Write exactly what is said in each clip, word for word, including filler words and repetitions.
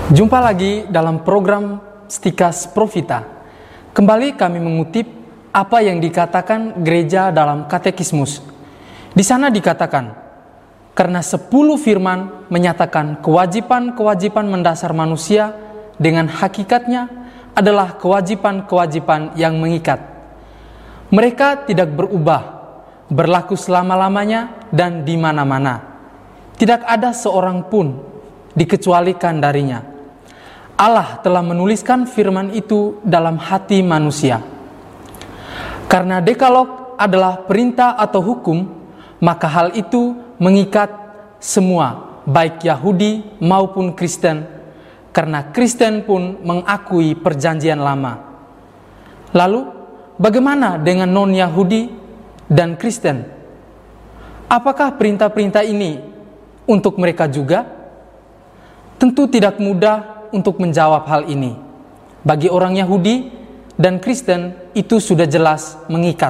Jumpa lagi dalam program Stikas Profita. Kembali kami mengutip apa yang dikatakan gereja dalam katekismus. Di sana dikatakan, karena sepuluh firman menyatakan kewajiban-kewajiban mendasar manusia dengan hakikatnya adalah kewajiban-kewajiban yang mengikat. Mereka tidak berubah, berlaku selama-lamanya dan di mana-mana. Tidak ada seorang pun dikecualikan darinya. Allah telah menuliskan firman itu dalam hati manusia. Karena dekalog adalah perintah atau hukum, maka hal itu mengikat semua, baik Yahudi maupun Kristen, karena Kristen pun mengakui perjanjian lama. Lalu, bagaimana dengan non-Yahudi dan Kristen? Apakah perintah-perintah ini untuk mereka juga? Tentu tidak mudah untuk menjawab hal ini. Bagi orang Yahudi dan Kristen itu sudah jelas mengikat.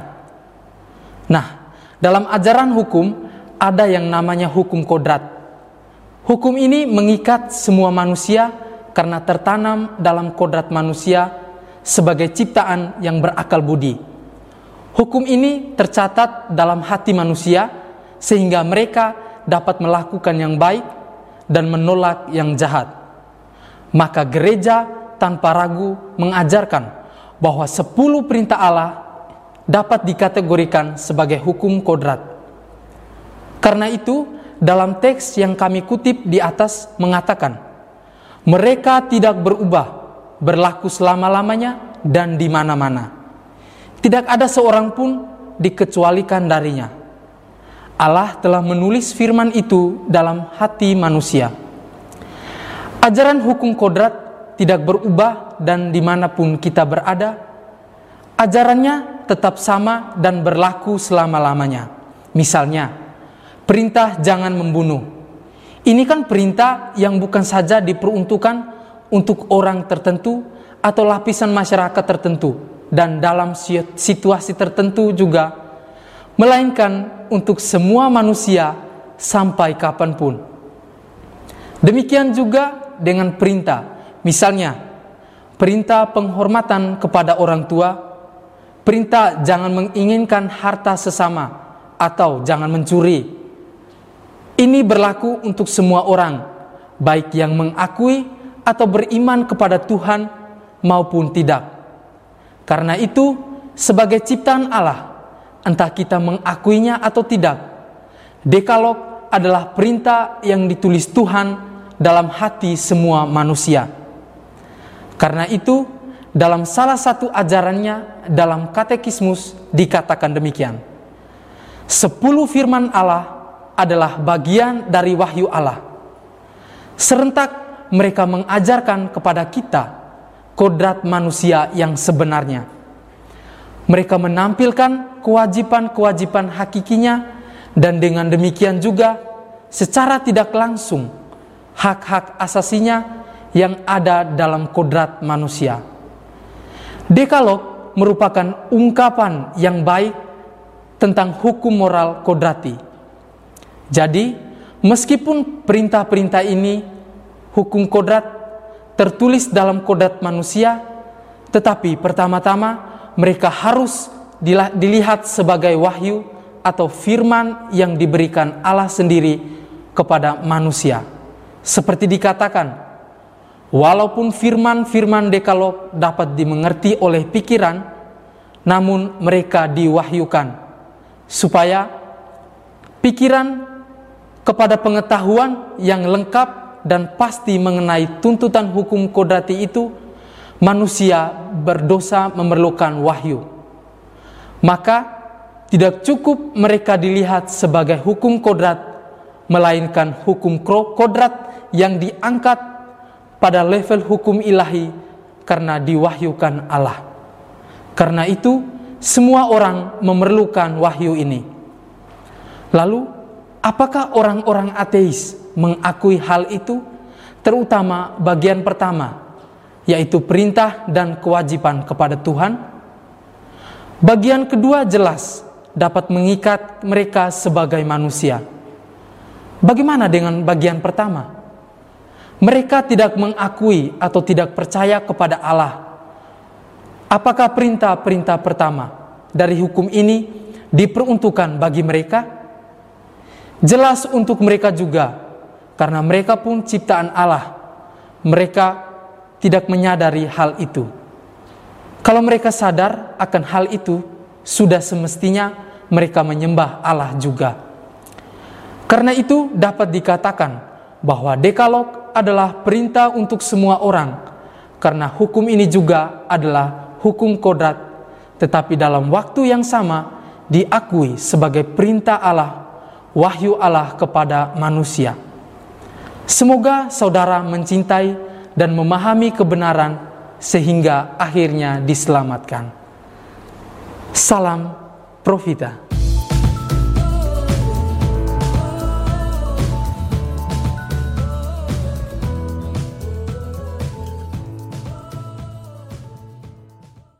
Nah, dalam ajaran hukum ada yang namanya hukum kodrat. Hukum ini mengikat semua manusia karena tertanam dalam kodrat manusia sebagai ciptaan yang berakal budi. Hukum ini tercatat dalam hati manusia sehingga mereka dapat melakukan yang baik dan menolak yang jahat. Maka gereja tanpa ragu mengajarkan bahwa sepuluh perintah Allah dapat dikategorikan sebagai hukum kodrat. Karena itu, dalam teks yang kami kutip di atas mengatakan, mereka tidak berubah, berlaku selama-lamanya dan di mana-mana. Tidak ada seorang pun dikecualikan darinya. Allah telah menulis firman itu dalam hati manusia. Ajaran hukum kodrat tidak berubah dan dimanapun kita berada, ajarannya tetap sama dan berlaku selama-lamanya. Misalnya, perintah jangan membunuh. Ini kan perintah yang bukan saja diperuntukkan untuk orang tertentu atau lapisan masyarakat tertentu dan dalam situasi tertentu juga, melainkan untuk semua manusia sampai kapanpun. Demikian juga dengan perintah, misalnya perintah penghormatan kepada orang tua, perintah jangan menginginkan harta sesama atau jangan mencuri. Ini berlaku untuk semua orang, baik yang mengakui atau beriman kepada Tuhan maupun tidak. Karena itu, sebagai ciptaan Allah, entah kita mengakuinya atau tidak, dekalog adalah perintah yang ditulis Tuhan dalam hati semua manusia. Karena itu, dalam salah satu ajarannya dalam katekismus dikatakan demikian. Sepuluh firman Allah adalah bagian dari wahyu Allah. Serentak mereka mengajarkan kepada kita kodrat manusia yang sebenarnya. Mereka menampilkan kewajiban-kewajiban hakikinya dan dengan demikian juga secara tidak langsung hak-hak asasinya yang ada dalam kodrat manusia. Dekalog merupakan ungkapan yang baik tentang hukum moral kodrati. Jadi, meskipun perintah-perintah ini, hukum kodrat, tertulis dalam kodrat manusia, tetapi pertama-tama mereka harus dilihat sebagai wahyu atau firman yang diberikan Allah sendiri kepada manusia. Seperti dikatakan, walaupun firman-firman dekalog dapat dimengerti oleh pikiran, namun mereka diwahyukan, supaya pikiran kepada pengetahuan yang lengkap dan pasti mengenai tuntutan hukum kodrati itu, manusia berdosa memerlukan wahyu. Maka tidak cukup mereka dilihat sebagai hukum kodrat, melainkan hukum kodrat yang diangkat pada level hukum ilahi karena diwahyukan Allah. Karena itu, semua orang memerlukan wahyu ini. Lalu, apakah orang-orang ateis mengakui hal itu? Terutama bagian pertama, yaitu perintah dan kewajiban kepada Tuhan. Bagian kedua jelas dapat mengikat mereka sebagai manusia. Bagaimana dengan bagian pertama? Mereka tidak mengakui atau tidak percaya kepada Allah. Apakah perintah-perintah pertama dari hukum ini diperuntukkan bagi mereka? Jelas untuk mereka juga, karena mereka pun ciptaan Allah. Mereka tidak menyadari hal itu. Kalau mereka sadar akan hal itu, sudah semestinya mereka menyembah Allah juga. Karena itu dapat dikatakan bahwa Dekalog adalah perintah untuk semua orang, karena hukum ini juga adalah hukum kodrat, tetapi dalam waktu yang sama diakui sebagai perintah Allah, wahyu Allah kepada manusia. Semoga saudara mencintai dan memahami kebenaran sehingga akhirnya diselamatkan. Salam Profita.